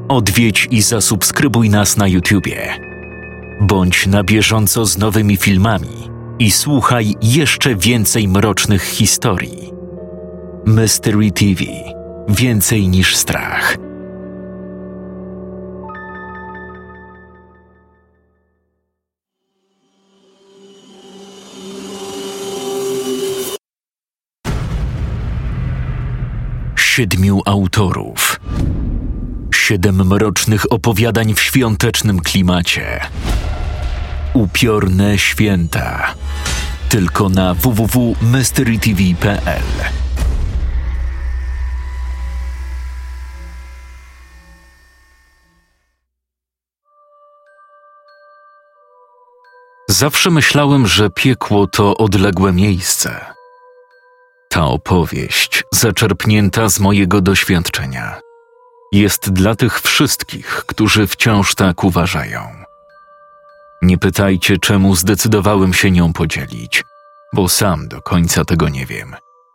Odwiedź i zasubskrybuj nas na YouTubie. Bądź na bieżąco z nowymi filmami i słuchaj jeszcze więcej mrocznych historii. Mystery TV. Więcej niż strach. Siedmiu autorów. 7 mrocznych opowiadań w świątecznym klimacie. Upiorne święta. Tylko na www.mysterytv.pl. Zawsze myślałem, że piekło to odległe miejsce. Ta opowieść, zaczerpnięta z mojego doświadczenia, jest dla tych wszystkich, którzy wciąż tak uważają. Nie pytajcie, czemu zdecydowałem się nią podzielić, bo sam do końca tego nie wiem.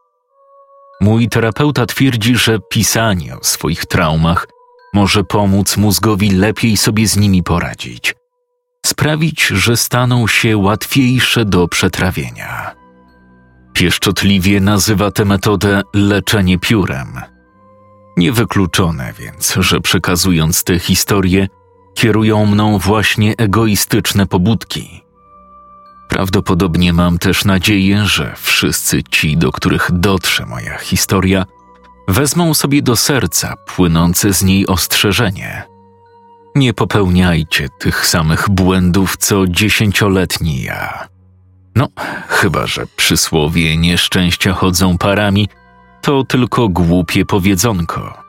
Mój terapeuta twierdzi, że pisanie o swoich traumach może pomóc mózgowi lepiej sobie z nimi poradzić, sprawić, że staną się łatwiejsze do przetrawienia. Pieszczotliwie nazywa tę metodę leczenie piórem. Niewykluczone więc, że przekazując te historie, kierują mną właśnie egoistyczne pobudki. Prawdopodobnie mam też nadzieję, że wszyscy ci, do których dotrze moja historia, wezmą sobie do serca płynące z niej ostrzeżenie. Nie popełniajcie tych samych błędów co 10-letni ja. No, chyba że przysłowie nieszczęścia chodzą parami, to tylko głupie powiedzonko.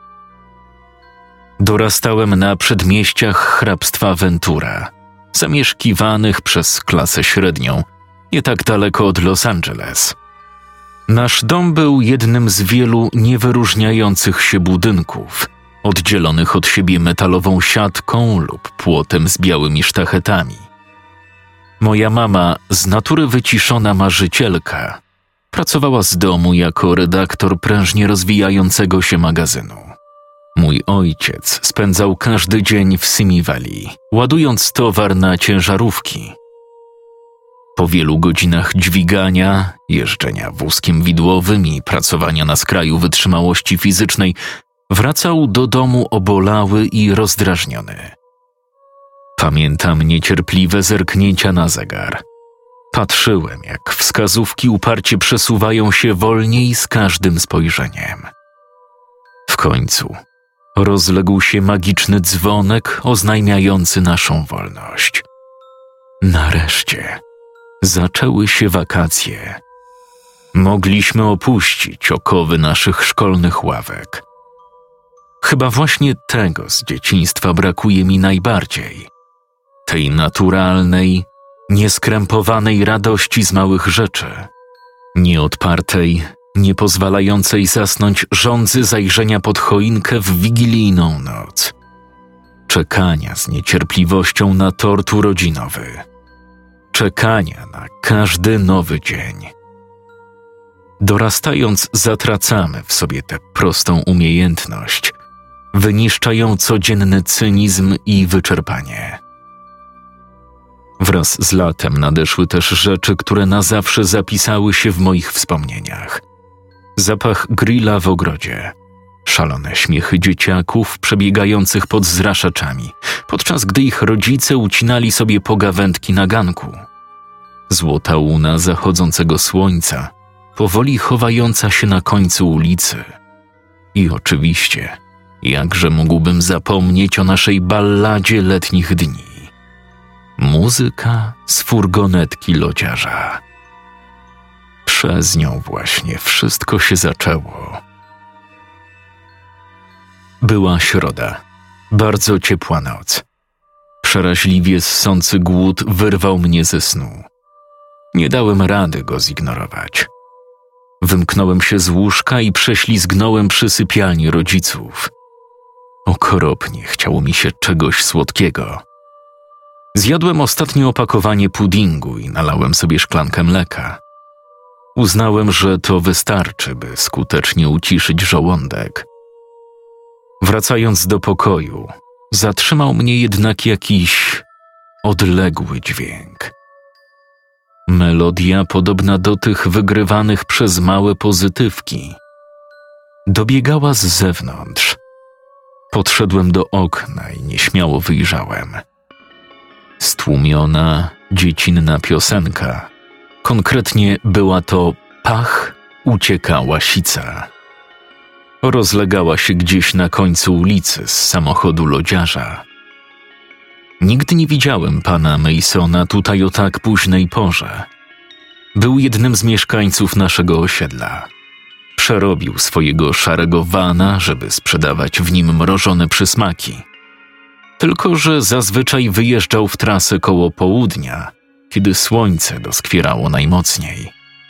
Dorastałem na przedmieściach hrabstwa Ventura, zamieszkiwanych przez klasę średnią, nie tak daleko od Los Angeles. Nasz dom był jednym z wielu niewyróżniających się budynków, oddzielonych od siebie metalową siatką lub płotem z białymi sztachetami. Moja mama, z natury wyciszona marzycielka, pracowała z domu jako redaktor prężnie rozwijającego się magazynu. Mój ojciec spędzał każdy dzień w Simi Valley, ładując towar na ciężarówki. Po wielu godzinach dźwigania, jeżdżenia wózkiem widłowym i pracowania na skraju wytrzymałości fizycznej, wracał do domu obolały i rozdrażniony. Pamiętam niecierpliwe zerknięcia na zegar. Patrzyłem, jak wskazówki uparcie przesuwają się wolniej z każdym spojrzeniem. W końcu rozległ się magiczny dzwonek oznajmiający naszą wolność. Nareszcie zaczęły się wakacje. Mogliśmy opuścić okowy naszych szkolnych ławek. Chyba właśnie tego z dzieciństwa brakuje mi najbardziej. Tej naturalnej, nieskrępowanej radości z małych rzeczy, nieodpartej, nie pozwalającej zasnąć żądzy zajrzenia pod choinkę w wigilijną noc, czekania z niecierpliwością na tort urodzinowy, czekania na każdy nowy dzień. Dorastając, zatracamy w sobie tę prostą umiejętność, wyniszczają codzienny cynizm i wyczerpanie. Wraz z latem nadeszły też rzeczy, które na zawsze zapisały się w moich wspomnieniach. Zapach grilla w ogrodzie, szalone śmiechy dzieciaków przebiegających pod zraszaczami, podczas gdy ich rodzice ucinali sobie pogawędki na ganku. Złota łuna zachodzącego słońca, powoli chowająca się na końcu ulicy. I oczywiście, jakże mógłbym zapomnieć o naszej balladzie letnich dni. Muzyka z furgonetki lodziarza. Przez nią właśnie wszystko się zaczęło. Była środa, bardzo ciepła noc. Przeraźliwie ssący głód wyrwał mnie ze snu. Nie dałem rady go zignorować. Wymknąłem się z łóżka i prześlizgnąłem przy sypialni rodziców. Okropnie chciało mi się czegoś słodkiego. Zjadłem ostatnie opakowanie puddingu i nalałem sobie szklankę mleka. Uznałem, że to wystarczy, by skutecznie uciszyć żołądek. Wracając do pokoju, Zatrzymał mnie jednak jakiś odległy dźwięk. Melodia podobna do tych wygrywanych przez małe pozytywki. Dobiegała z zewnątrz. Podszedłem do okna i nieśmiało wyjrzałem. Stłumiona, dziecinna piosenka. Konkretnie była to Pach, ucieka łasica. Rozlegała się gdzieś na końcu ulicy z samochodu lodziarza. Nigdy nie widziałem pana Masona tutaj o tak późnej porze. Był jednym z mieszkańców naszego osiedla. Przerobił swojego szarego vana, żeby sprzedawać w nim mrożone przysmaki. Tylko że zazwyczaj wyjeżdżał w trasę koło południa, kiedy słońce doskwierało najmocniej.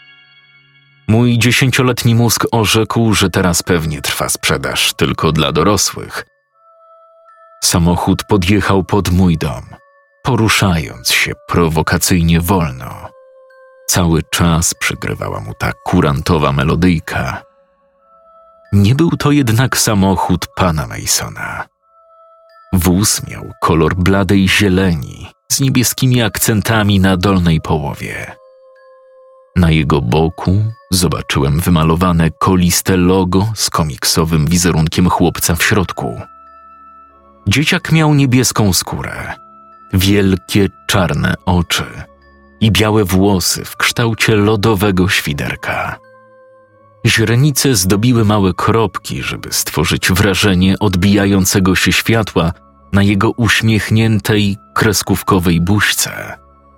Mój 10-letni mózg orzekł, że teraz pewnie trwa sprzedaż tylko dla dorosłych. Samochód podjechał pod mój dom, poruszając się prowokacyjnie wolno. Cały czas przygrywała mu ta kurantowa melodyjka. Nie był to jednak samochód pana Masona. Wóz miał kolor bladej zieleni z niebieskimi akcentami na dolnej połowie. Na jego boku zobaczyłem wymalowane koliste logo z komiksowym wizerunkiem chłopca w środku. Dzieciak miał niebieską skórę, wielkie czarne oczy i białe włosy w kształcie lodowego świderka. Źrenice zdobiły małe kropki, żeby stworzyć wrażenie odbijającego się światła na jego uśmiechniętej, kreskówkowej buźce.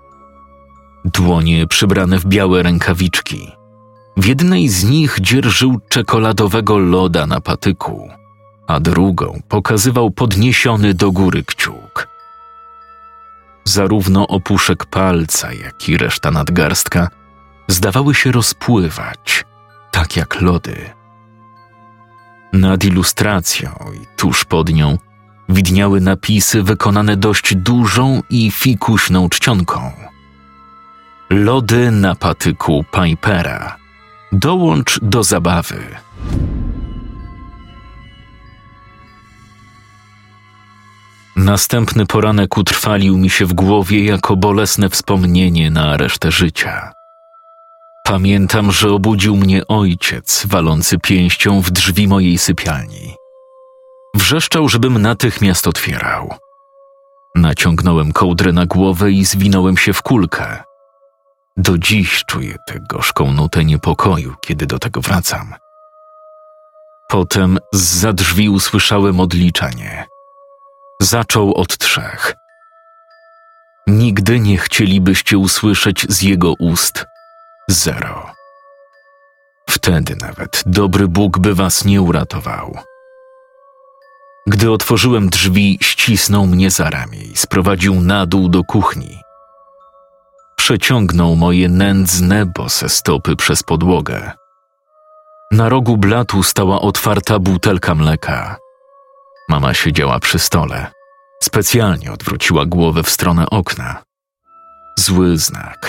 Dłonie przybrane w białe rękawiczki. W jednej z nich dzierżył czekoladowego loda na patyku, a drugą pokazywał podniesiony do góry kciuk. Zarówno opuszek palca, jak i reszta nadgarstka zdawały się rozpływać, tak jak lody. Nad ilustracją i tuż pod nią widniały napisy wykonane dość dużą i fikuśną czcionką. Lody na patyku Pipera. Dołącz do zabawy. Następny poranek utrwalił mi się w głowie jako bolesne wspomnienie na resztę życia. Pamiętam, że obudził mnie ojciec walący pięścią w drzwi mojej sypialni. Wrzeszczał, żebym natychmiast otwierał. Naciągnąłem kołdrę na głowę i zwinąłem się w kulkę. Do dziś czuję tę gorzką nutę niepokoju, kiedy do tego wracam. Potem zza drzwi usłyszałem odliczanie. Zaczął od 3. Nigdy nie chcielibyście usłyszeć z jego ust 0. Wtedy nawet dobry Bóg by was nie uratował. Gdy otworzyłem drzwi, ścisnął mnie za ramię i sprowadził na dół do kuchni. Przeciągnął moje nędzne, bose stopy przez podłogę. Na rogu blatu stała otwarta butelka mleka. Mama siedziała przy stole. Specjalnie odwróciła głowę w stronę okna. Zły znak.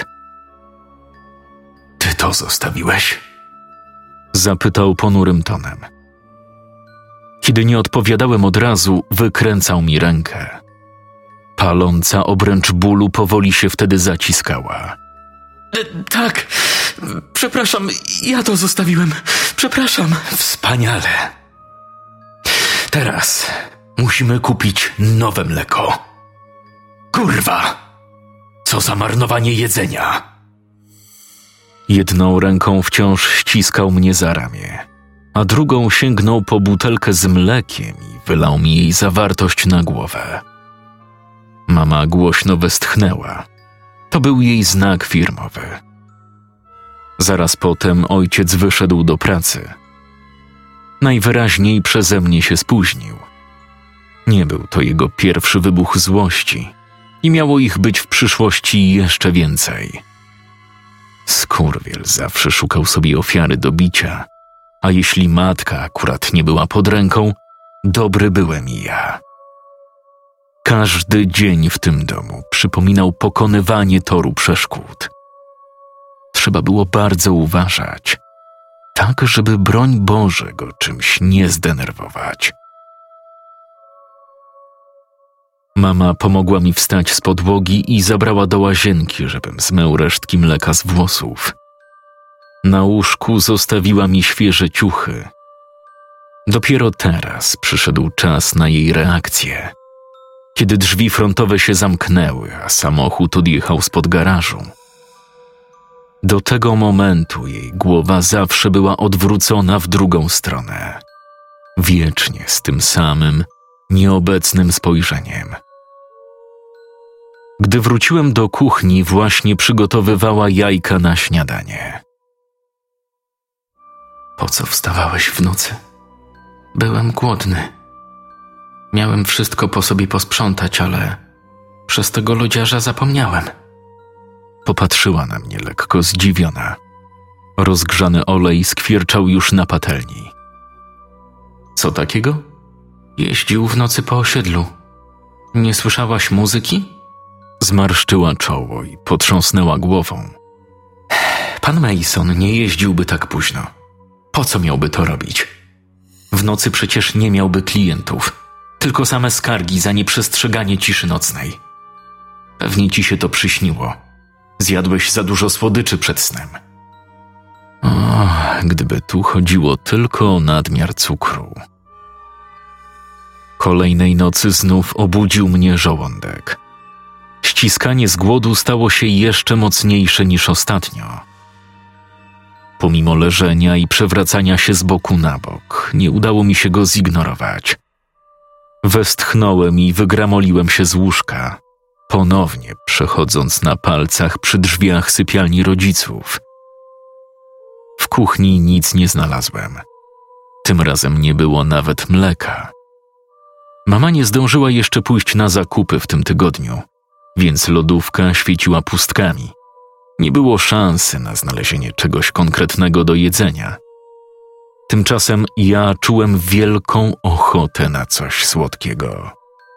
Ty to zostawiłeś? Zapytał ponurym tonem. Kiedy nie odpowiadałem od razu, wykręcał mi rękę. Paląca obręcz bólu powoli się wtedy zaciskała. Tak, przepraszam, ja to zostawiłem. Przepraszam. Wspaniale. Teraz musimy kupić nowe mleko. Kurwa! Co za marnowanie jedzenia! Jedną ręką wciąż ściskał mnie za ramię, a drugą sięgnął po butelkę z mlekiem i wylał mi jej zawartość na głowę. Mama głośno westchnęła. To był jej znak firmowy. Zaraz potem ojciec wyszedł do pracy. Najwyraźniej przeze mnie się spóźnił. Nie był to jego pierwszy wybuch złości i miało ich być w przyszłości jeszcze więcej. Skurwiel zawsze szukał sobie ofiary do bicia, a jeśli matka akurat nie była pod ręką, dobry byłem i ja. Każdy dzień w tym domu przypominał pokonywanie toru przeszkód. Trzeba było bardzo uważać, tak żeby broń Boże go czymś nie zdenerwować. Mama pomogła mi wstać z podłogi i zabrała do łazienki, żebym zmył resztki mleka z włosów. Na łóżku zostawiła mi świeże ciuchy. Dopiero teraz przyszedł czas na jej reakcję. Kiedy drzwi frontowe się zamknęły, a samochód odjechał spod garażu. Do tego momentu jej głowa zawsze była odwrócona w drugą stronę. Wiecznie z tym samym, nieobecnym spojrzeniem. Gdy wróciłem do kuchni, właśnie przygotowywała jajka na śniadanie. Po co wstawałeś w nocy? Byłem głodny. Miałem wszystko po sobie posprzątać, ale przez tego lodziarza zapomniałem. Popatrzyła na mnie lekko zdziwiona. Rozgrzany olej skwierczał już na patelni. Co takiego? Jeździł w nocy po osiedlu. Nie słyszałaś muzyki? Zmarszczyła czoło i potrząsnęła głową. Pan Mason nie jeździłby tak późno. Po co miałby to robić? W nocy przecież nie miałby klientów, tylko same skargi za nieprzestrzeganie ciszy nocnej. Pewnie ci się to przyśniło. Zjadłeś za dużo słodyczy przed snem. O, gdyby tu chodziło tylko o nadmiar cukru. Kolejnej nocy znów obudził mnie żołądek. Ściskanie z głodu stało się jeszcze mocniejsze niż ostatnio. Pomimo leżenia i przewracania się z boku na bok, nie udało mi się go zignorować. Westchnąłem i wygramoliłem się z łóżka, ponownie przechodząc na palcach przy drzwiach sypialni rodziców. W kuchni nic nie znalazłem. Tym razem nie było nawet mleka. Mama nie zdążyła jeszcze pójść na zakupy w tym tygodniu, więc lodówka świeciła pustkami. Nie było szansy na znalezienie czegoś konkretnego do jedzenia. Tymczasem ja czułem wielką ochotę na coś słodkiego.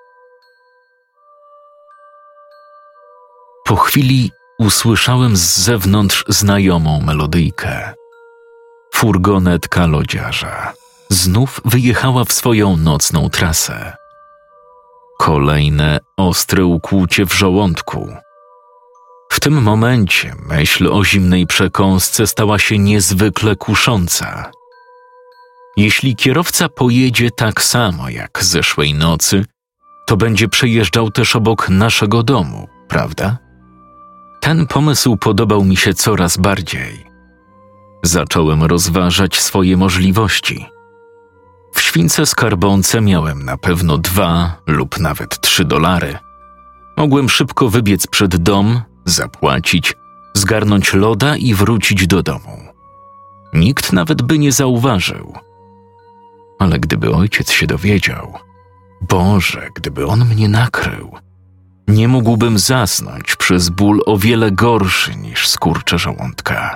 Po chwili usłyszałem z zewnątrz znajomą melodyjkę. Furgonetka lodziarza znów wyjechała w swoją nocną trasę. Kolejne ostre ukłucie w żołądku. W tym momencie myśl o zimnej przekąsce stała się niezwykle kusząca. Jeśli kierowca pojedzie tak samo jak zeszłej nocy, to będzie przejeżdżał też obok naszego domu, prawda? Ten pomysł podobał mi się coraz bardziej. Zacząłem rozważać swoje możliwości. W śwince skarbonce miałem na pewno 2 lub nawet $3. Mogłem szybko wybiec przed dom, zapłacić, zgarnąć loda i wrócić do domu. Nikt nawet by nie zauważył. Ale gdyby ojciec się dowiedział, Boże, gdyby on mnie nakrył, nie mógłbym zasnąć przez ból o wiele gorszy niż skurcze żołądka.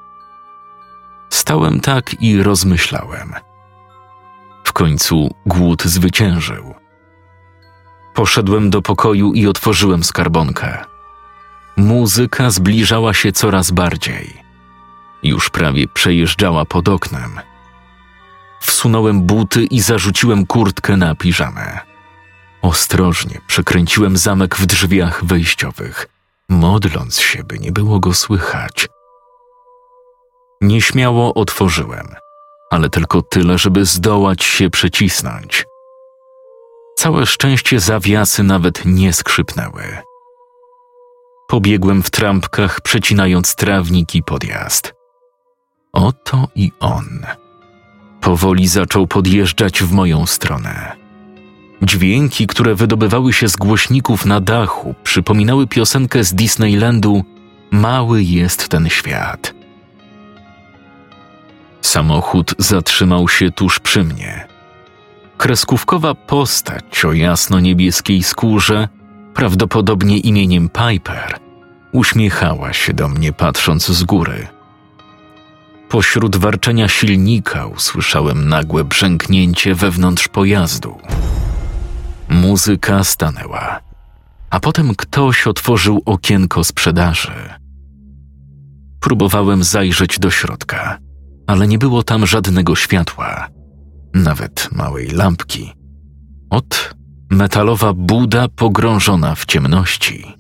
Stałem tak i rozmyślałem. W końcu głód zwyciężył. Poszedłem do pokoju i otworzyłem skarbonkę. Muzyka zbliżała się coraz bardziej. Już prawie przejeżdżała pod oknem. Wsunąłem buty i zarzuciłem kurtkę na piżamę. Ostrożnie przekręciłem zamek w drzwiach wejściowych, modląc się, by nie było go słychać. Nieśmiało otworzyłem, ale tylko tyle, żeby zdołać się przecisnąć. Całe szczęście zawiasy nawet nie skrzypnęły. Pobiegłem w trampkach, przecinając trawnik i podjazd. Oto i on. Powoli zaczął podjeżdżać w moją stronę. Dźwięki, które wydobywały się z głośników na dachu, przypominały piosenkę z Disneylandu „Mały jest ten świat”. Samochód zatrzymał się tuż przy mnie. Kreskówkowa postać o jasno-niebieskiej skórze, prawdopodobnie imieniem Piper, uśmiechała się do mnie, patrząc z góry. Pośród warczenia silnika usłyszałem nagłe brzęknięcie wewnątrz pojazdu. Muzyka stanęła, a potem ktoś otworzył okienko sprzedaży. Próbowałem zajrzeć do środka, ale nie było tam żadnego światła, nawet małej lampki. metalowa buda pogrążona w ciemności.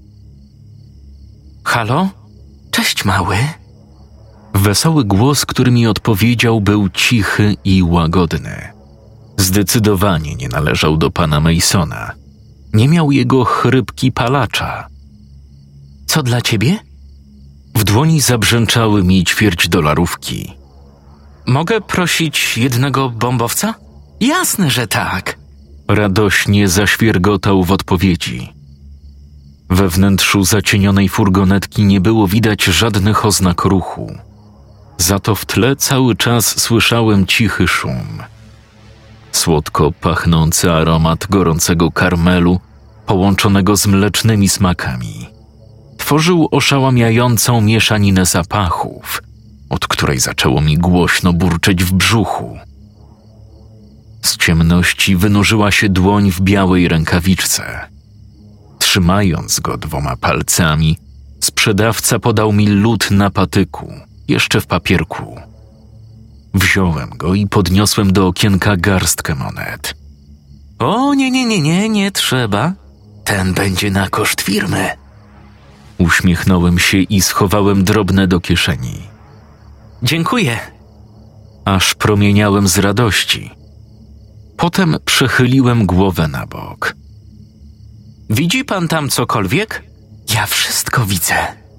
Halo? Cześć, mały. Wesoły głos, który mi odpowiedział, był cichy i łagodny. Zdecydowanie nie należał do pana Masona. Nie miał jego chrypki palacza. Co dla ciebie? W dłoni zabrzęczały mi $ćwierć. Mogę prosić jednego bombowca? Jasne, że tak. Radośnie zaświergotał w odpowiedzi. We wnętrzu zacienionej furgonetki nie było widać żadnych oznak ruchu. Za to w tle cały czas słyszałem cichy szum. Słodko pachnący aromat gorącego karmelu połączonego z mlecznymi smakami tworzył oszałamiającą mieszaninę zapachów, od której zaczęło mi głośno burczeć w brzuchu. Z ciemności wynurzyła się dłoń w białej rękawiczce. Trzymając go 2 palcami, sprzedawca podał mi lód na patyku, jeszcze w papierku. Wziąłem go i podniosłem do okienka garstkę monet. O, nie trzeba. Ten będzie na koszt firmy. Uśmiechnąłem się i schowałem drobne do kieszeni. Dziękuję. Aż promieniałem z radości. Potem przechyliłem głowę na bok. Widzi pan tam cokolwiek? Ja wszystko widzę.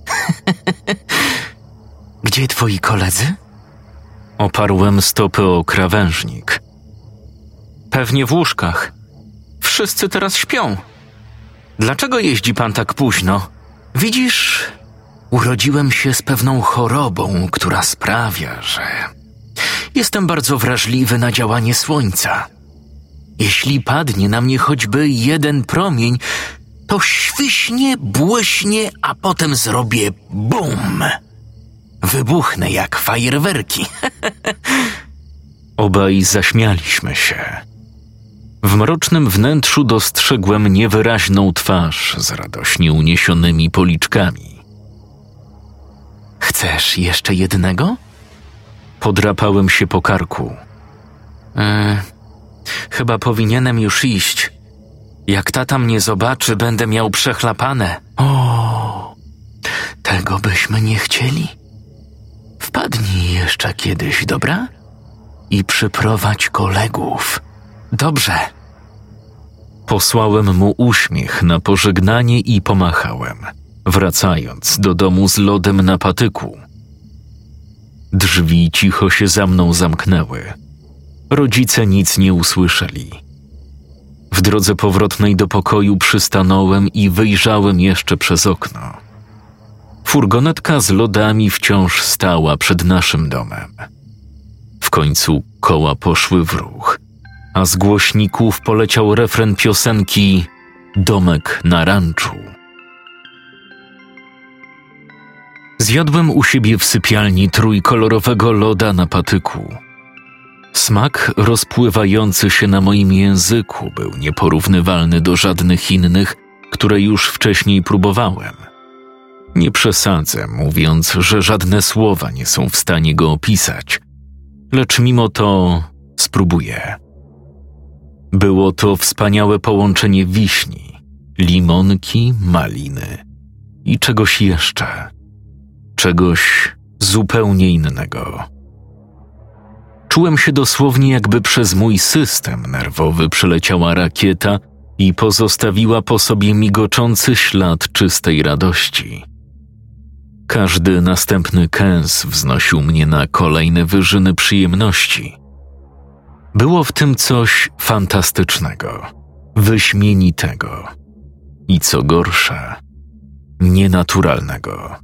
Gdzie twoi koledzy? Oparłem stopy o krawężnik. Pewnie w łóżkach. Wszyscy teraz śpią. Dlaczego jeździ pan tak późno? Widzisz, urodziłem się z pewną chorobą, która sprawia, że jestem bardzo wrażliwy na działanie słońca. Jeśli padnie na mnie choćby jeden promień, to świśnie, błyśnie, a potem zrobię bum. Wybuchnę jak fajerwerki. Obaj zaśmialiśmy się. W mrocznym wnętrzu dostrzegłem niewyraźną twarz z radośnie uniesionymi policzkami. Chcesz jeszcze jednego? Podrapałem się po karku. Chyba powinienem już iść. Jak tata mnie zobaczy, będę miał przechlapane. O, tego byśmy nie chcieli. Wpadnij jeszcze kiedyś, dobra? I przyprowadź kolegów. Dobrze. Posłałem mu uśmiech na pożegnanie i pomachałem, wracając do domu z lodem na patyku. Drzwi cicho się za mną zamknęły. Rodzice nic nie usłyszeli. W drodze powrotnej do pokoju przystanąłem i wyjrzałem jeszcze przez okno. Furgonetka z lodami wciąż stała przed naszym domem. W końcu koła poszły w ruch, a z głośników poleciał refren piosenki „Domek na ranczu”. Zjadłem u siebie w sypialni trójkolorowego loda na patyku. Smak rozpływający się na moim języku był nieporównywalny do żadnych innych, które już wcześniej próbowałem. Nie przesadzę, mówiąc, że żadne słowa nie są w stanie go opisać, lecz mimo to spróbuję. Było to wspaniałe połączenie wiśni, limonki, maliny i czegoś jeszcze. Czegoś zupełnie innego. Czułem się dosłownie, jakby przez mój system nerwowy przeleciała rakieta i pozostawiła po sobie migoczący ślad czystej radości. Każdy następny kęs wznosił mnie na kolejne wyżyny przyjemności. Było w tym coś fantastycznego, wyśmienitego i co gorsza, nienaturalnego.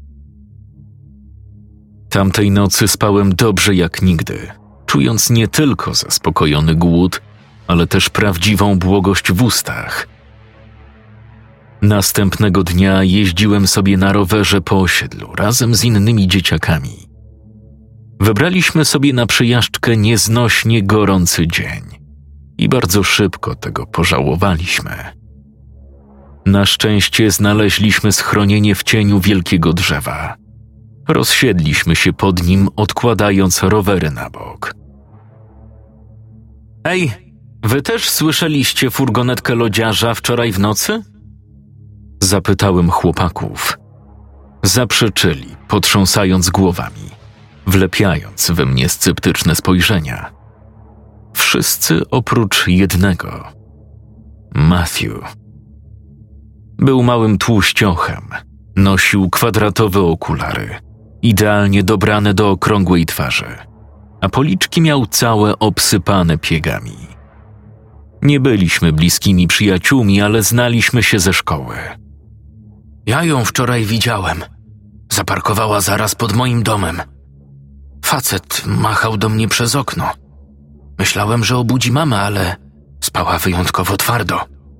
Tamtej nocy spałem dobrze jak nigdy, czując nie tylko zaspokojony głód, ale też prawdziwą błogość w ustach. Następnego dnia jeździłem sobie na rowerze po osiedlu razem z innymi dzieciakami. Wybraliśmy sobie na przejażdżkę nieznośnie gorący dzień i bardzo szybko tego pożałowaliśmy. Na szczęście znaleźliśmy schronienie w cieniu wielkiego drzewa. Rozsiedliśmy się pod nim, odkładając rowery na bok. Ej, Wy też słyszeliście furgonetkę lodziarza wczoraj w nocy? Zapytałem chłopaków. Zaprzeczyli, potrząsając głowami, wlepiając we mnie sceptyczne spojrzenia. Wszyscy oprócz jednego. Matthew. Był małym tłuściochem, nosił kwadratowe okulary, idealnie dobrane do okrągłej twarzy, a policzki miał całe obsypane piegami. Nie byliśmy bliskimi przyjaciółmi, ale znaliśmy się ze szkoły. Ja ją wczoraj widziałem. Zaparkowała zaraz pod moim domem. Facet machał do mnie przez okno. Myślałem, że obudzi mamę, ale spała wyjątkowo twardo.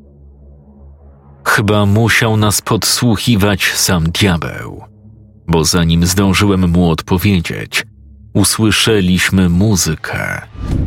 Chyba musiał nas podsłuchiwać sam diabeł, bo zanim zdążyłem mu odpowiedzieć, usłyszeliśmy muzykę.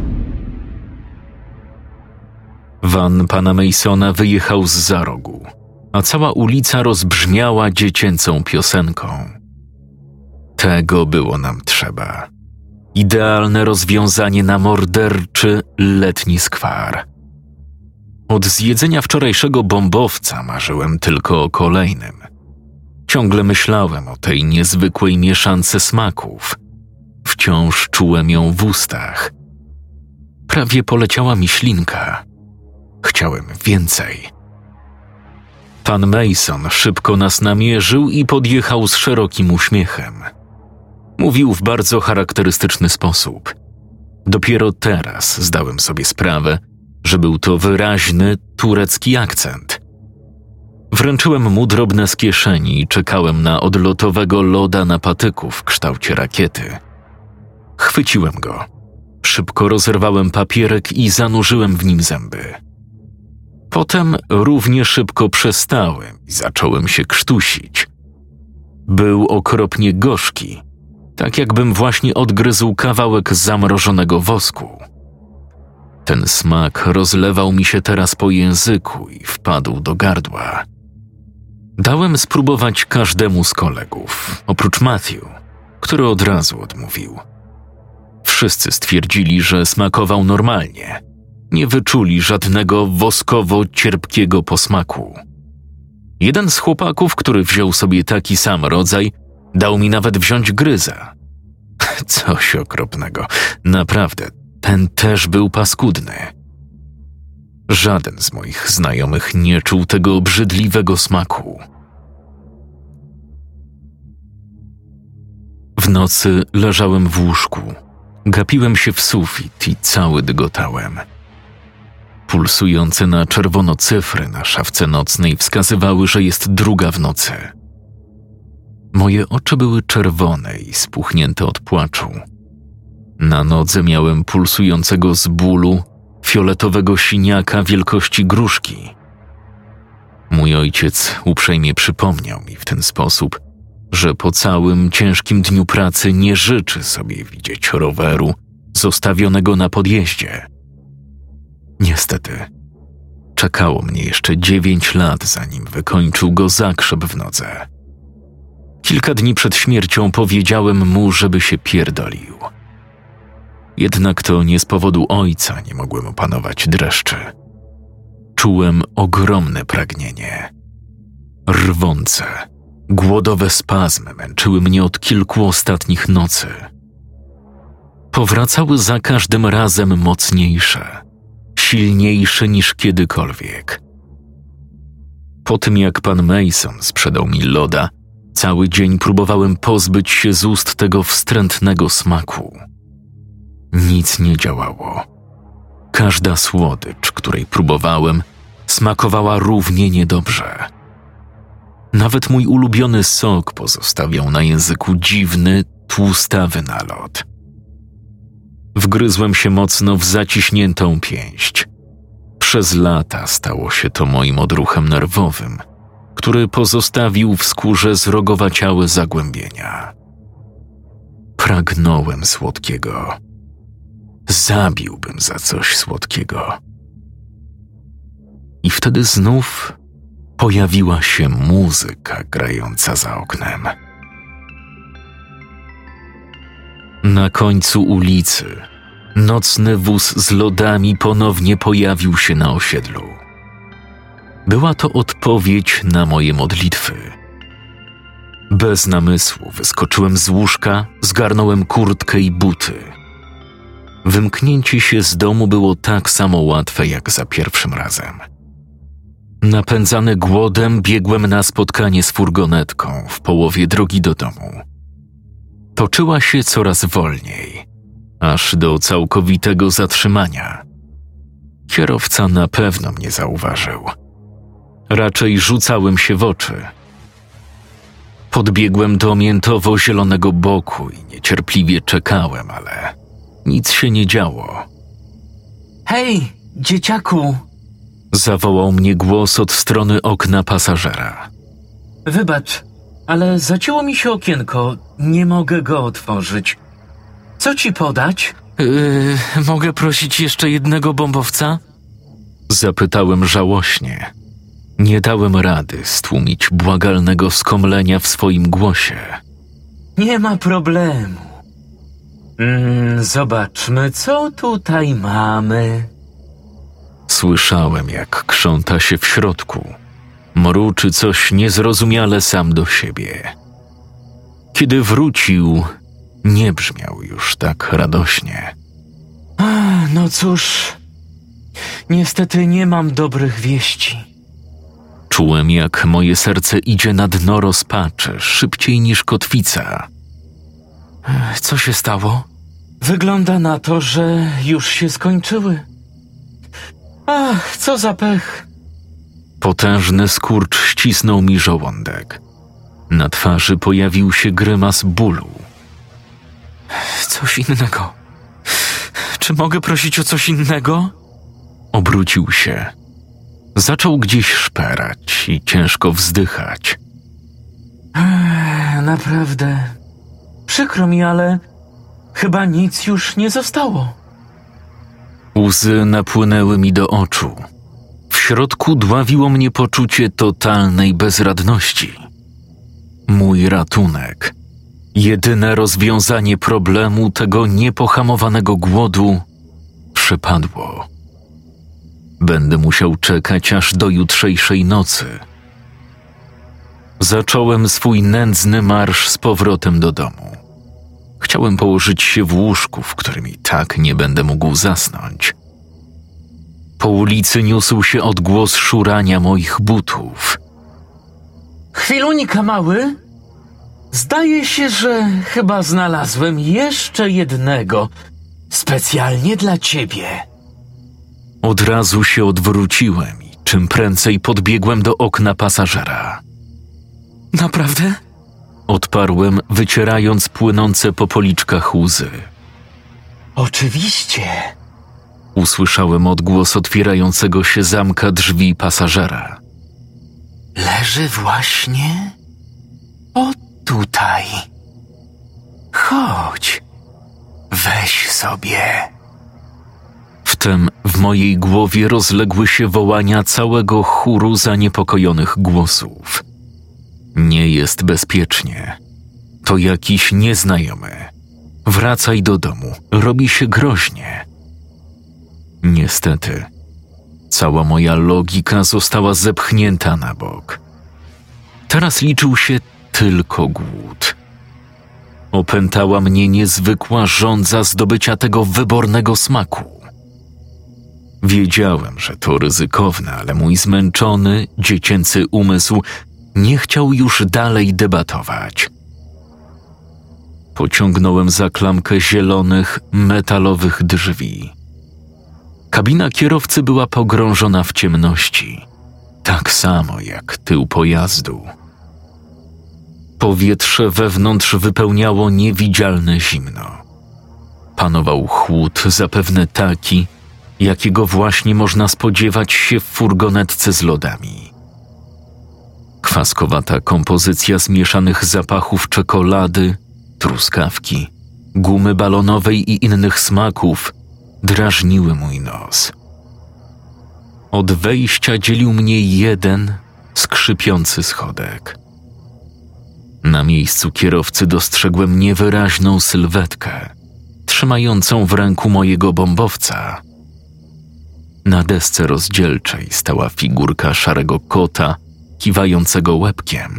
Van pana Masona wyjechał zza rogu, a cała ulica rozbrzmiała dziecięcą piosenką. Tego było nam trzeba. Idealne rozwiązanie na morderczy letni skwar. Od zjedzenia wczorajszego bombowca marzyłem tylko o kolejnym. Ciągle myślałem o tej niezwykłej mieszance smaków. Wciąż czułem ją w ustach. Prawie poleciała mi ślinka. Chciałem więcej. Pan Mason szybko nas namierzył i podjechał z szerokim uśmiechem. Mówił w bardzo charakterystyczny sposób. Dopiero teraz zdałem sobie sprawę, że był to wyraźny turecki akcent. Wręczyłem mu drobne z kieszeni i czekałem na odlotowego loda na patyku w kształcie rakiety. Chwyciłem go. Szybko rozerwałem papierek i zanurzyłem w nim zęby. Potem równie szybko przestałem i zacząłem się krztusić. Był okropnie gorzki, tak jakbym właśnie odgryzł kawałek zamrożonego wosku. Ten smak rozlewał mi się teraz po języku i wpadł do gardła. Dałem spróbować każdemu z kolegów, oprócz Matthew, który od razu odmówił. Wszyscy stwierdzili, że smakował normalnie. Nie wyczuli żadnego woskowo-cierpkiego posmaku. Jeden z chłopaków, który wziął sobie taki sam rodzaj, dał mi nawet wziąć gryza. Coś okropnego. Naprawdę, ten też był paskudny. Żaden z moich znajomych nie czuł tego obrzydliwego smaku. W nocy leżałem w łóżku. Gapiłem się w sufit i cały dygotałem. Pulsujące na czerwono cyfry na szafce nocnej wskazywały, że jest 2 w nocy. Moje oczy były czerwone i spuchnięte od płaczu. Na nodze miałem pulsującego z bólu fioletowego siniaka wielkości gruszki. Mój ojciec uprzejmie przypomniał mi w ten sposób, że po całym ciężkim dniu pracy nie życzy sobie widzieć roweru zostawionego na podjeździe. Niestety, czekało mnie jeszcze 9 lat, zanim wykończył go zakrzep w nodze. Kilka dni przed śmiercią powiedziałem mu, żeby się pierdolił. Jednak to nie z powodu ojca nie mogłem opanować dreszczy. Czułem ogromne pragnienie. Rwące, głodowe spazmy męczyły mnie od kilku ostatnich nocy. Powracały za każdym razem mocniejsze, silniejsze niż kiedykolwiek. Po tym jak pan Mason sprzedał mi loda, cały dzień próbowałem pozbyć się z ust tego wstrętnego smaku. Nic nie działało. Każda słodycz, której próbowałem, smakowała równie niedobrze. Nawet mój ulubiony sok pozostawiał na języku dziwny, tłustawy nalot. Wgryzłem się mocno w zaciśniętą pięść. Przez lata stało się to moim odruchem nerwowym, który pozostawił w skórze zrogowaciałe zagłębienia. Pragnąłem słodkiego. Zabiłbym za coś słodkiego. I wtedy znów pojawiła się muzyka grająca za oknem. Na końcu ulicy, nocny wóz z lodami ponownie pojawił się na osiedlu. Była to odpowiedź na moje modlitwy. Bez namysłu wyskoczyłem z łóżka, zgarnąłem kurtkę i buty. Wymknięcie się z domu było tak samo łatwe jak za pierwszym razem. Napędzany głodem biegłem na spotkanie z furgonetką w połowie drogi do domu. Toczyła się coraz wolniej, aż do całkowitego zatrzymania. Kierowca na pewno mnie zauważył. Raczej rzucałem się w oczy. Podbiegłem do miętowo-zielonego boku i niecierpliwie czekałem, ale nic się nie działo. Hej, dzieciaku! Zawołał mnie głos od strony okna pasażera. Wybacz, ale zacięło mi się okienko. Nie mogę go otworzyć. Co ci podać? Mogę prosić jeszcze jednego bombowca? Zapytałem żałośnie. Nie dałem rady stłumić błagalnego skomlenia w swoim głosie. Nie ma problemu. Zobaczmy, co tutaj mamy. Słyszałem, jak krząta się w środku. Mruczy coś niezrozumiale sam do siebie. Kiedy wrócił, nie brzmiał już tak radośnie. No cóż, niestety nie mam dobrych wieści. Czułem, jak moje serce idzie na dno rozpaczy, szybciej niż kotwica. Co się stało? Wygląda na to, że już się skończyły. Ach, co za pech. Potężny skurcz ścisnął mi żołądek. Na twarzy pojawił się grymas bólu. Coś innego. Czy mogę prosić o coś innego? Obrócił się. Zaczął gdzieś szperać i ciężko wzdychać. Naprawdę. Przykro mi, ale chyba nic już nie zostało. Łzy napłynęły mi do oczu. W środku dławiło mnie poczucie totalnej bezradności. Mój ratunek, jedyne rozwiązanie problemu tego niepohamowanego głodu, przypadło. Będę musiał czekać aż do jutrzejszej nocy. Zacząłem swój nędzny marsz z powrotem do domu. Chciałem położyć się w łóżku, w którym i tak nie będę mógł zasnąć. Po ulicy niósł się odgłos szurania moich butów. Chwilunika, mały. Zdaje się, że chyba znalazłem jeszcze jednego. Specjalnie dla ciebie. Od razu się odwróciłem i czym prędzej podbiegłem do okna pasażera. Naprawdę? Odparłem, wycierając płynące po policzkach łzy. Oczywiście. Usłyszałem odgłos otwierającego się zamka drzwi pasażera. Leży właśnie... O, tutaj. Chodź. Weź sobie. Wtem w mojej głowie rozległy się wołania całego chóru zaniepokojonych głosów. Nie jest bezpiecznie. To jakiś nieznajomy. Wracaj do domu. Robi się groźnie. Niestety, cała moja logika została zepchnięta na bok. Teraz liczył się tylko głód. Opętała mnie niezwykła żądza zdobycia tego wybornego smaku. Wiedziałem, że to ryzykowne, ale mój zmęczony, dziecięcy umysł nie chciał już dalej debatować. Pociągnąłem za klamkę zielonych, metalowych drzwi. Kabina kierowcy była pogrążona w ciemności, tak samo jak tył pojazdu. Powietrze wewnątrz wypełniało niewidzialne zimno. Panował chłód, zapewne taki, jakiego właśnie można spodziewać się w furgonetce z lodami. Kwaskowata kompozycja zmieszanych zapachów czekolady, truskawki, gumy balonowej i innych smaków drażniły mój nos. Od wejścia dzielił mnie jeden skrzypiący schodek. Na miejscu kierowcy dostrzegłem niewyraźną sylwetkę, trzymającą w ręku mojego bombowca. Na desce rozdzielczej stała figurka szarego kota, kiwającego łebkiem.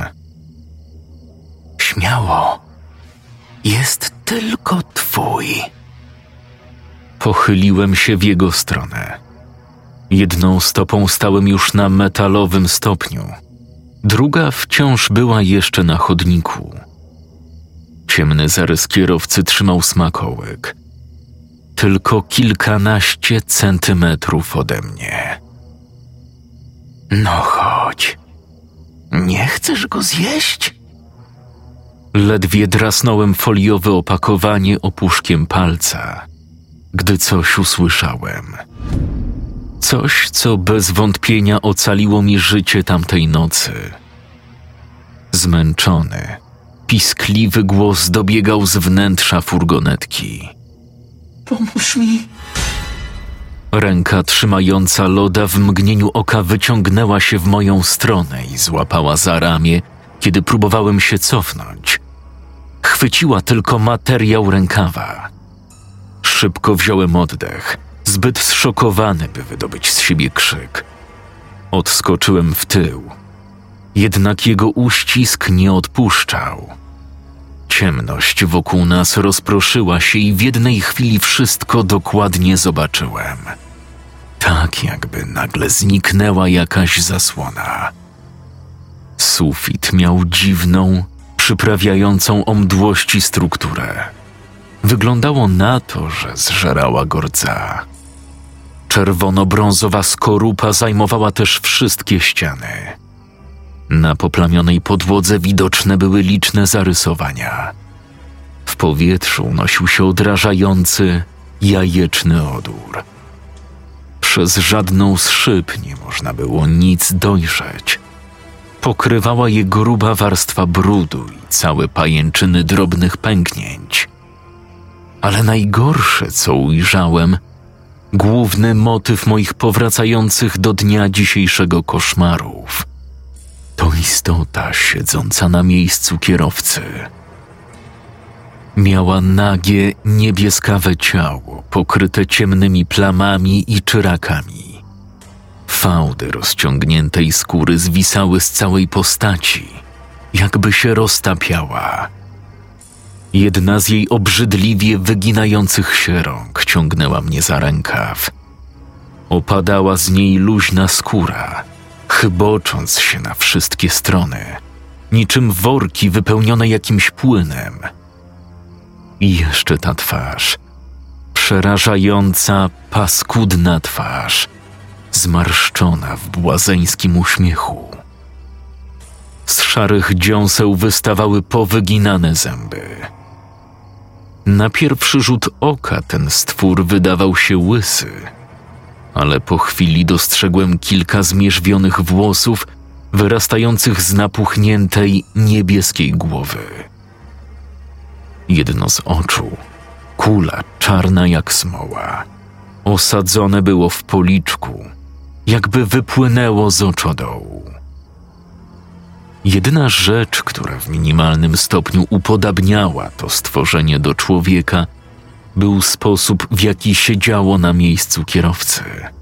Śmiało, jest tylko twój. Pochyliłem się w jego stronę. Jedną stopą stałem już na metalowym stopniu, druga wciąż była jeszcze na chodniku. Ciemny zarys kierowcy trzymał smakołyk. Tylko kilkanaście centymetrów ode mnie. No chodź. Nie chcesz go zjeść? Ledwie drasnąłem foliowe opakowanie opuszkiem palca, gdy coś usłyszałem. Coś, co bez wątpienia ocaliło mi życie tamtej nocy. Zmęczony, piskliwy głos dobiegał z wnętrza furgonetki. Pomóż mi. Ręka trzymająca loda w mgnieniu oka wyciągnęła się w moją stronę i złapała za ramię, kiedy próbowałem się cofnąć. Chwyciła tylko materiał rękawa. Szybko wziąłem oddech, zbyt zszokowany, by wydobyć z siebie krzyk. Odskoczyłem w tył. Jednak jego uścisk nie odpuszczał. Ciemność wokół nas rozproszyła się i w jednej chwili wszystko dokładnie zobaczyłem. Tak jakby nagle zniknęła jakaś zasłona. Sufit miał dziwną, przyprawiającą o mdłości strukturę. Wyglądało na to, że zżerała go rdza. Czerwono-brązowa skorupa zajmowała też wszystkie ściany. Na poplamionej podłodze widoczne były liczne zarysowania. W powietrzu unosił się odrażający, jajeczny odór. Przez żadną z szyb nie można było nic dojrzeć. Pokrywała je gruba warstwa brudu i całe pajęczyny drobnych pęknięć. Ale najgorsze, co ujrzałem, główny motyw moich powracających do dnia dzisiejszego koszmarów. To istota siedząca na miejscu kierowcy. Miała nagie, niebieskawe ciało, pokryte ciemnymi plamami i czyrakami. Fałdy rozciągniętej skóry zwisały z całej postaci, jakby się roztapiała. Jedna z jej obrzydliwie wyginających się rąk ciągnęła mnie za rękaw. Opadała z niej luźna skóra, chybocząc się na wszystkie strony, niczym worki wypełnione jakimś płynem. I jeszcze ta twarz, przerażająca, paskudna twarz, zmarszczona w błazeńskim uśmiechu. Z szarych dziąseł wystawały powyginane zęby. Na pierwszy rzut oka ten stwór wydawał się łysy, ale po chwili dostrzegłem kilka zmierzwionych włosów wyrastających z napuchniętej, niebieskiej głowy. Jedno z oczu, kula czarna jak smoła, osadzone było w policzku, jakby wypłynęło z oczodołu. Jedyna rzecz, która w minimalnym stopniu upodabniała to stworzenie do człowieka, był sposób, w jaki siedziało na miejscu kierowcy.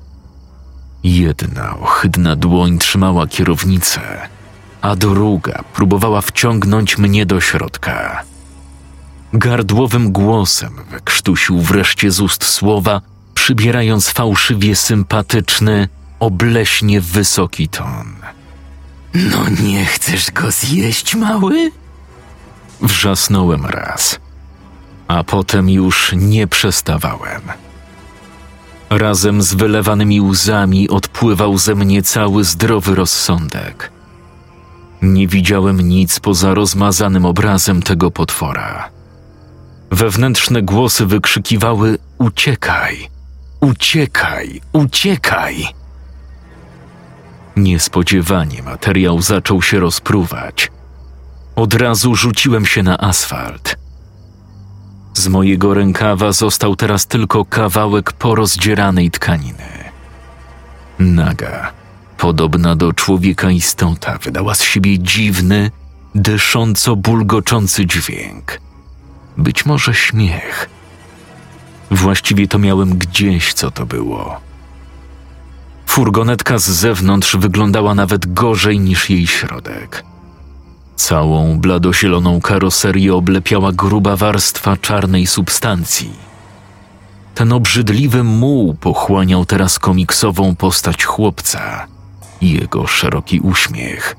Jedna ohydna dłoń trzymała kierownicę, a druga próbowała wciągnąć mnie do środka. Gardłowym głosem wykrztusił wreszcie z ust słowa, przybierając fałszywie sympatyczny, obleśnie wysoki ton. No nie chcesz go zjeść, mały? Wrzasnąłem raz, a potem już nie przestawałem. Razem z wylewanymi łzami odpływał ze mnie cały zdrowy rozsądek. Nie widziałem nic poza rozmazanym obrazem tego potwora. Wewnętrzne głosy wykrzykiwały: uciekaj, uciekaj, uciekaj! Niespodziewanie materiał zaczął się rozpruwać. Od razu rzuciłem się na asfalt. Z mojego rękawa został teraz tylko kawałek porozdzieranej tkaniny. Naga, podobna do człowieka istota, wydała z siebie dziwny, dysząco bulgoczący dźwięk. Być może śmiech. Właściwie to miałem gdzieś, co to było. Furgonetka z zewnątrz wyglądała nawet gorzej niż jej środek. Całą bladozieloną karoserię oblepiała gruba warstwa czarnej substancji. Ten obrzydliwy muł pochłaniał teraz komiksową postać chłopca i jego szeroki uśmiech.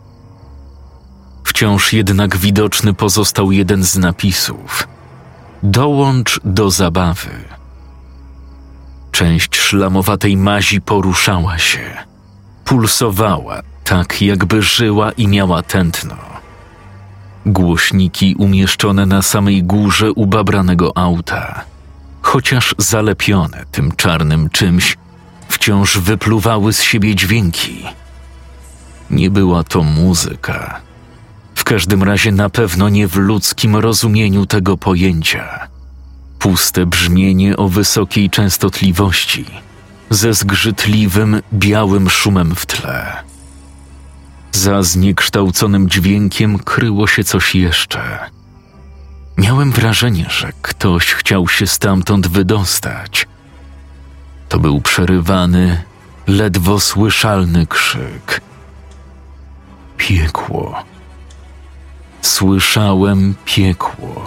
Wciąż jednak widoczny pozostał jeden z napisów: dołącz do zabawy. Część szlamowatej mazi poruszała się, pulsowała, tak jakby żyła i miała tętno. Głośniki umieszczone na samej górze ubabranego auta, chociaż zalepione tym czarnym czymś, wciąż wypluwały z siebie dźwięki. Nie była to muzyka. W każdym razie na pewno nie w ludzkim rozumieniu tego pojęcia. Puste brzmienie o wysokiej częstotliwości, ze zgrzytliwym, białym szumem w tle. Za zniekształconym dźwiękiem kryło się coś jeszcze. Miałem wrażenie, że ktoś chciał się stamtąd wydostać. To był przerywany, ledwo słyszalny krzyk. Piekło. Słyszałem piekło.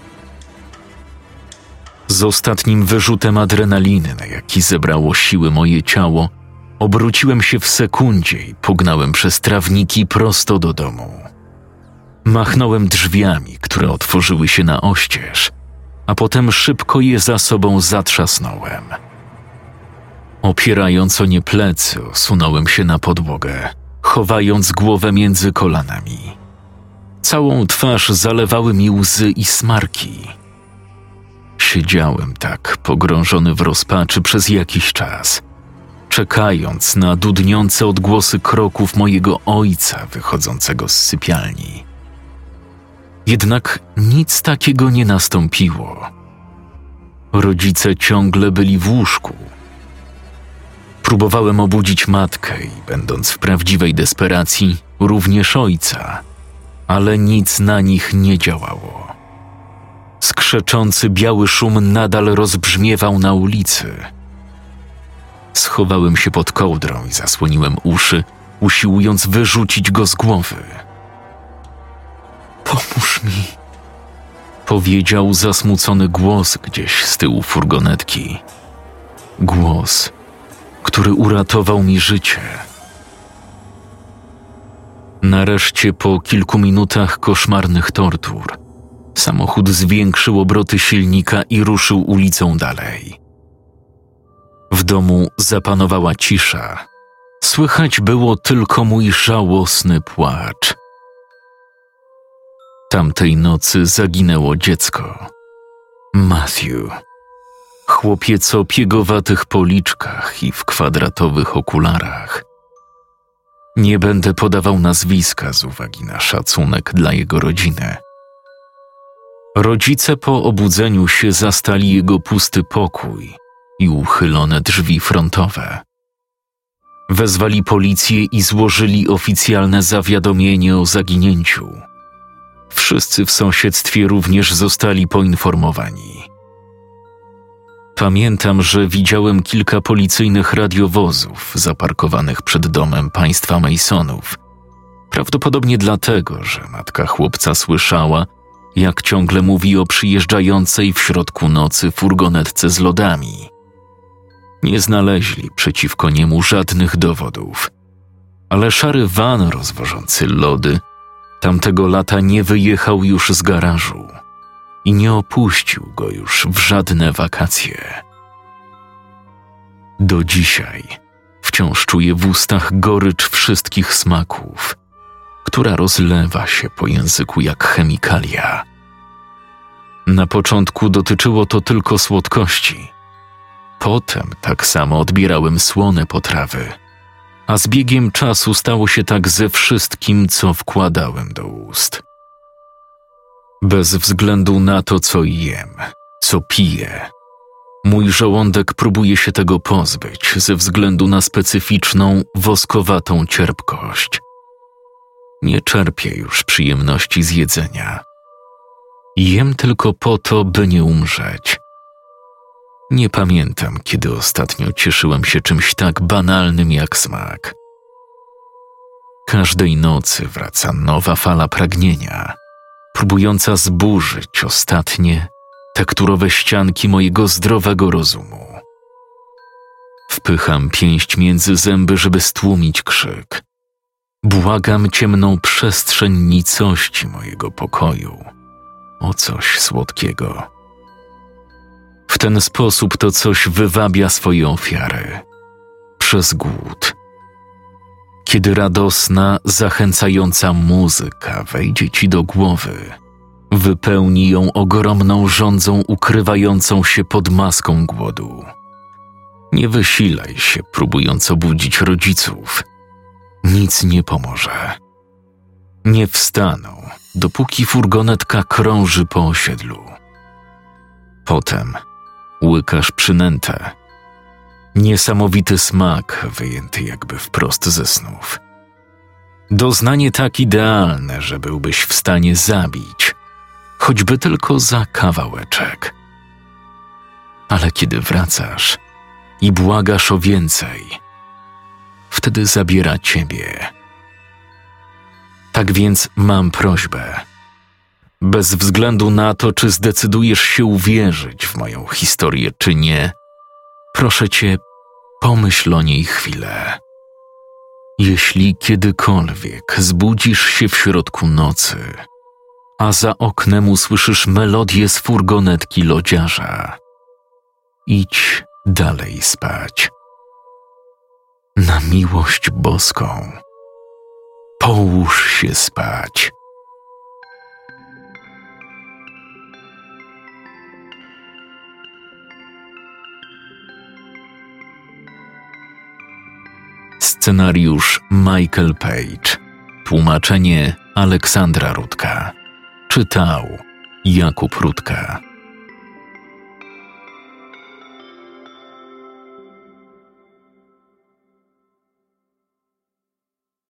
Z ostatnim wyrzutem adrenaliny, na jaki zebrało siły moje ciało, obróciłem się w sekundzie i pognałem przez trawniki prosto do domu. Machnąłem drzwiami, które otworzyły się na oścież, a potem szybko je za sobą zatrzasnąłem. Opierając o nie plecy, osunąłem się na podłogę, chowając głowę między kolanami. Całą twarz zalewały mi łzy i smarki. Siedziałem tak, pogrążony w rozpaczy przez jakiś czas, czekając na dudniące odgłosy kroków mojego ojca wychodzącego z sypialni. Jednak nic takiego nie nastąpiło. Rodzice ciągle byli w łóżku. Próbowałem obudzić matkę i, będąc w prawdziwej desperacji, również ojca, ale nic na nich nie działało. Skrzeczący biały szum nadal rozbrzmiewał na ulicy. Schowałem się pod kołdrą i zasłoniłem uszy, usiłując wyrzucić go z głowy. Pomóż mi, powiedział zasmucony głos gdzieś z tyłu furgonetki. Głos, który uratował mi życie. Nareszcie po kilku minutach koszmarnych tortur samochód zwiększył obroty silnika i ruszył ulicą dalej. W domu zapanowała cisza. Słychać było tylko mój żałosny płacz. Tamtej nocy zaginęło dziecko. Matthew. Chłopiec o piegowatych policzkach i w kwadratowych okularach. Nie będę podawał nazwiska z uwagi na szacunek dla jego rodziny. Rodzice po obudzeniu się zastali jego pusty pokój i uchylone drzwi frontowe. Wezwali policję i złożyli oficjalne zawiadomienie o zaginięciu. Wszyscy w sąsiedztwie również zostali poinformowani. Pamiętam, że widziałem kilka policyjnych radiowozów zaparkowanych przed domem państwa Masonów. Prawdopodobnie dlatego, że matka chłopca słyszała, jak ciągle mówi o przyjeżdżającej w środku nocy furgonetce z lodami. Nie znaleźli przeciwko niemu żadnych dowodów, ale szary van rozwożący lody tamtego lata nie wyjechał już z garażu i nie opuścił go już w żadne wakacje. Do dzisiaj wciąż czuję w ustach gorycz wszystkich smaków, która rozlewa się po języku jak chemikalia. Na początku dotyczyło to tylko słodkości. Potem tak samo odbierałem słone potrawy, a z biegiem czasu stało się tak ze wszystkim, co wkładałem do ust. Bez względu na to, co jem, co piję, mój żołądek próbuje się tego pozbyć ze względu na specyficzną, woskowatą cierpkość. Nie czerpię już przyjemności z jedzenia. Jem tylko po to, by nie umrzeć. Nie pamiętam, kiedy ostatnio cieszyłem się czymś tak banalnym jak smak. Każdej nocy wraca nowa fala pragnienia, próbująca zburzyć ostatnie, tekturowe ścianki mojego zdrowego rozumu. Wpycham pięść między zęby, żeby stłumić krzyk. Błagam ciemną przestrzeń nicości mojego pokoju o coś słodkiego. W ten sposób to coś wywabia swoje ofiary. Przez głód. Kiedy radosna, zachęcająca muzyka wejdzie ci do głowy, wypełni ją ogromną żądzą ukrywającą się pod maską głodu. Nie wysilaj się, próbując obudzić rodziców. Nic nie pomoże. Nie wstaną, dopóki furgonetka krąży po osiedlu. Potem łykasz przynętę. Niesamowity smak wyjęty jakby wprost ze snów. Doznanie tak idealne, że byłbyś w stanie zabić, choćby tylko za kawałeczek. Ale kiedy wracasz i błagasz o więcej, wtedy zabiera ciebie. Tak więc mam prośbę. Bez względu na to, czy zdecydujesz się uwierzyć w moją historię, czy nie, proszę cię, pomyśl o niej chwilę. Jeśli kiedykolwiek zbudzisz się w środku nocy, a za oknem usłyszysz melodię z furgonetki lodziarza, idź dalej spać. Na miłość boską, połóż się spać. Scenariusz Michael Page. Tłumaczenie Aleksandra Rutka. Czytał Jakub Rutka.